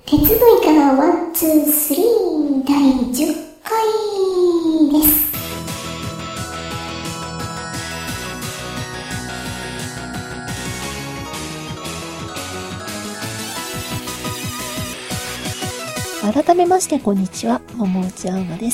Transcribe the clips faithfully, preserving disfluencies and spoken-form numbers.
鉄分からワン、ツー、スリーだいじゅっかいです。 改めましてこんにちは、桃内あうまです、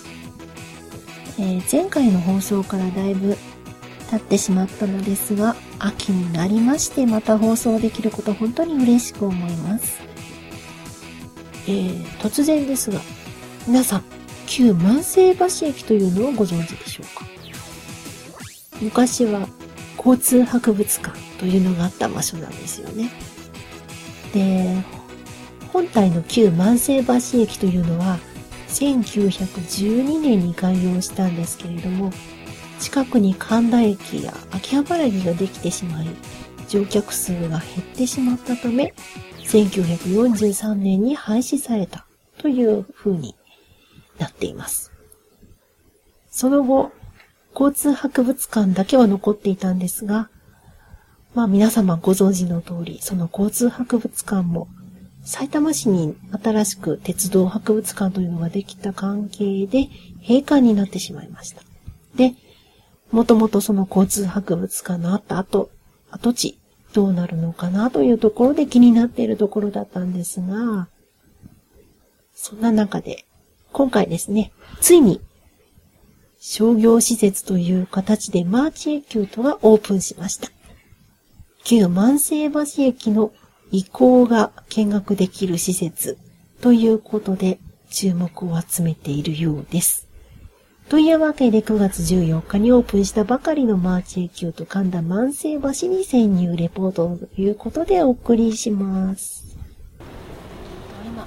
えー、前回の放送からだいぶ経ってしまったのですが、秋になりましてまた放送できること本当に嬉しく思います。えー、突然ですが、皆さん旧万世橋駅というのをご存知でしょうか。昔は交通博物館というのがあった場所なんですよね。で、本体の旧万世橋駅というのはせんきゅうひゃくじゅうにねんに開業したんですけれども、近くに神田駅や秋葉原駅ができてしまい、乗客数が減ってしまったため、せんきゅうひゃくよんじゅうさんねんに廃止されたという風になっています。その後、交通博物館だけは残っていたんですが、まあ皆様ご存知の通り、その交通博物館も埼玉市に新しく鉄道博物館というのができた関係で閉館になってしまいました。で、もともとその交通博物館のあった後、跡地、どうなるのかなというところで気になっているところだったんですが、そんな中で、今回ですね、ついに商業施設という形でマーチエキュートがオープンしました。旧万世橋駅の遺構が見学できる施設ということで注目を集めているようです。というわけでくがつじゅうよっかにオープンしたばかりのマーチエキュート神田万世橋に潜入レポートということでお送りします。今、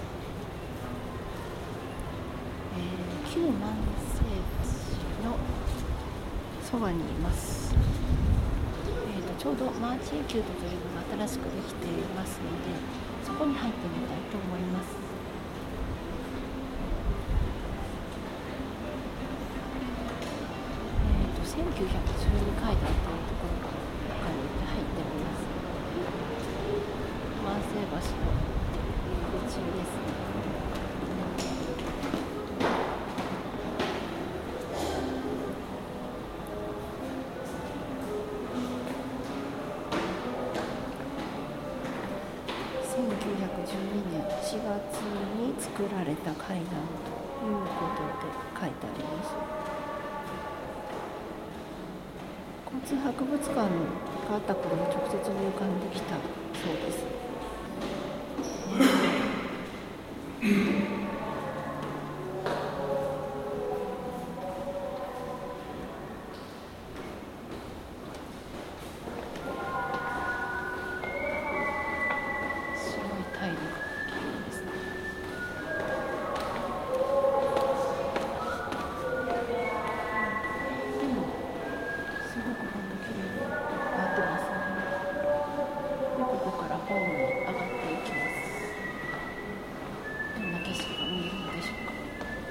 えー、旧万世橋のそばにいます。えーと、ちょうどマーチエキュートというのが新しくできていますので、そこに入ってみたいと思います。せんきゅうひゃくじゅうに書いてあったところが中に入っております。万世橋の空中ですね。せんきゅうひゃくじゅうにねんしがつに作られた階段ということで書いてあります。交通博物館があった頃に直接入館できたそうです。白いタイルが綺麗ですね。すごくほんと綺麗になってますね。で、ここからホームに上がっていきます。どんな景色が見えるのでしょうか。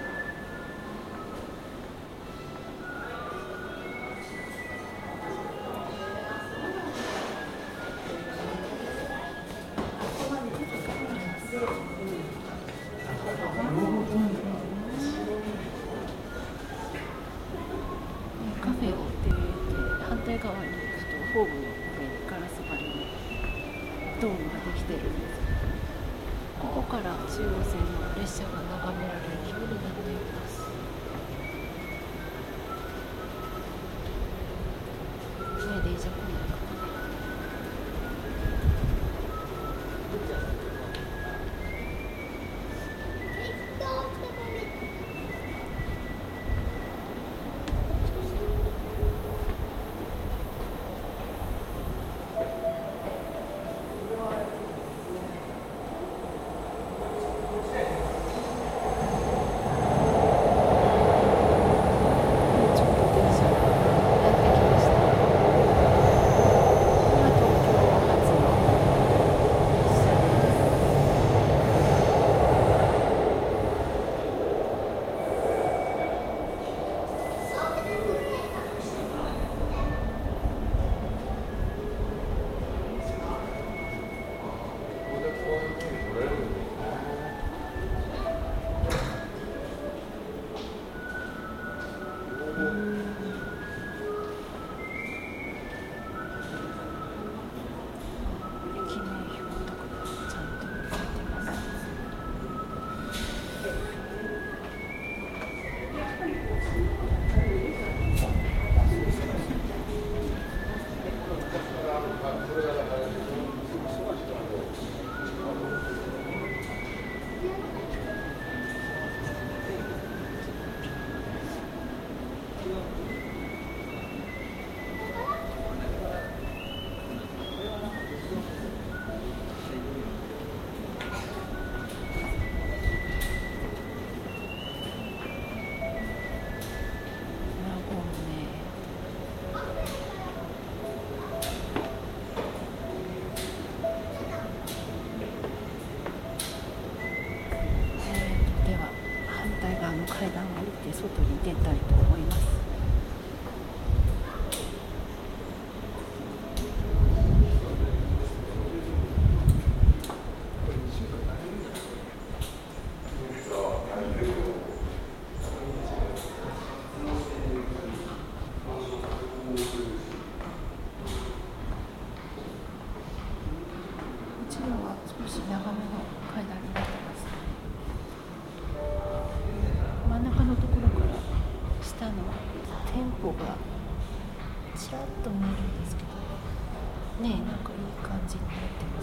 カフェを出て反対側に行くとホームの上にガラス張りのドームができているんです。ここから中央線の列車が眺められるようになっています。ねえ、電車来ないかな。 外に出たいと思います。少し長めの階段になってます。真ん中のところから下の店舗がちらっと見えるんですけどね、なんかいい感じになってます。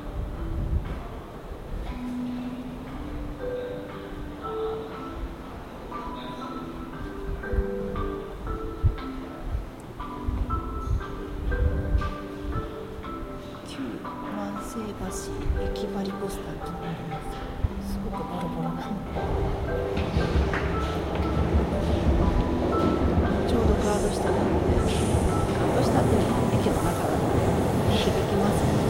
万世橋駅張りポスターになります。すごくボロボロなの。ちょうどガード下なので、ガード下っていうのは駅の中なので響きますね。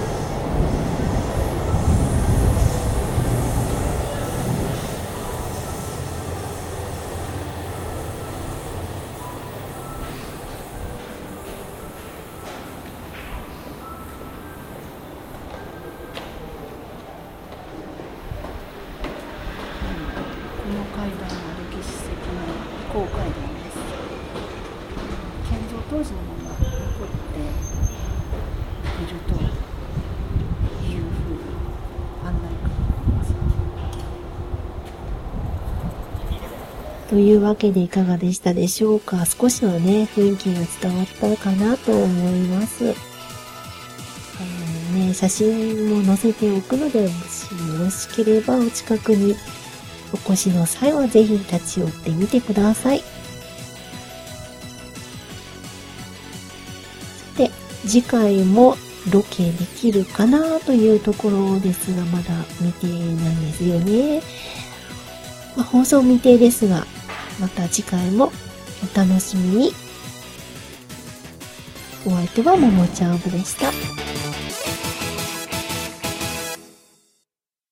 この階段は歴史的な非公階段です。建造当時のまま残っているというふうに案内があります。というわけでいかがでしたでしょうか。少しのね、雰囲気が伝わったかなと思います。あのね、写真も載せておくので、もしよろしければお近くにお越しの際はぜひ立ち寄ってみてください。さて、次回もロケできるかなというところですが、まだ未定なんですよね。まあ、放送未定ですが、また次回もお楽しみに。お相手はももちゃんぶでした。